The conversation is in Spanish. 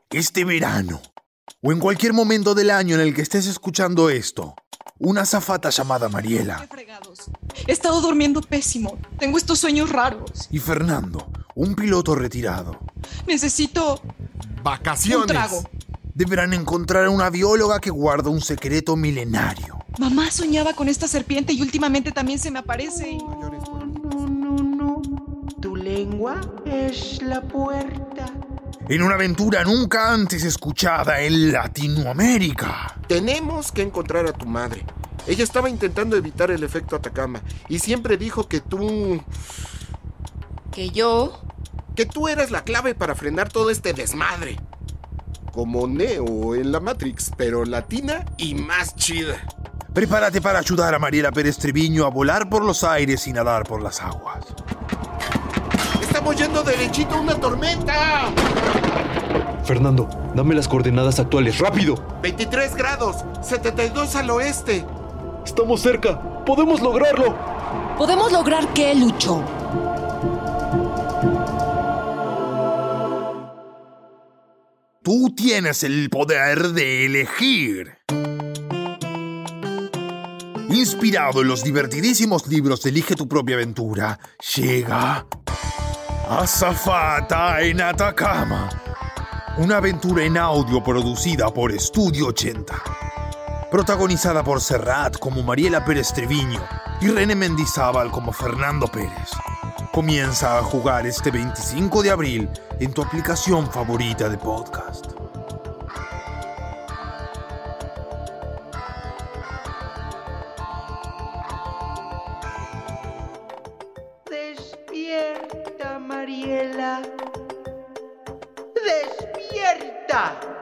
Este verano, o en cualquier momento del año en el que estés escuchando esto, una azafata llamada Mariela. ¡Qué fregados! He estado durmiendo pésimo. Tengo estos sueños raros. Y Fernando, un piloto retirado. Necesito ¡Vacaciones! un trago. Deberán encontrar a una bióloga que guarda un secreto milenario. Mamá soñaba con esta serpiente y últimamente también se me aparece. No. Tu lengua es la puerta. En una aventura nunca antes escuchada en Latinoamérica. Tenemos que encontrar a tu madre. Ella estaba intentando evitar el efecto Atacama y siempre dijo que tú eras la clave para frenar todo este desmadre. Como Neo en la Matrix, pero latina y más chida. Prepárate para ayudar a Mariela Pérez Treviño a volar por los aires y nadar por las aguas. ¡Estamos yendo derechito a una tormenta! Fernando, dame las coordenadas actuales, ¡rápido! 23 grados, 72 al oeste. ¡Estamos cerca! ¡Podemos lograrlo! ¿Podemos lograr qué, Lucho? Tú tienes el poder de elegir. Inspirado en los divertidísimos libros de Elige tu propia aventura, llega Azafata en Atacama. Una aventura en audio producida por Estudio 80. Protagonizada por Serrat como Mariela Pérez Treviño y René Mendizábal como Fernando Pérez. Comienza a jugar este 25 de abril en tu aplicación favorita de podcast. Despierta, Mariela. Despierta.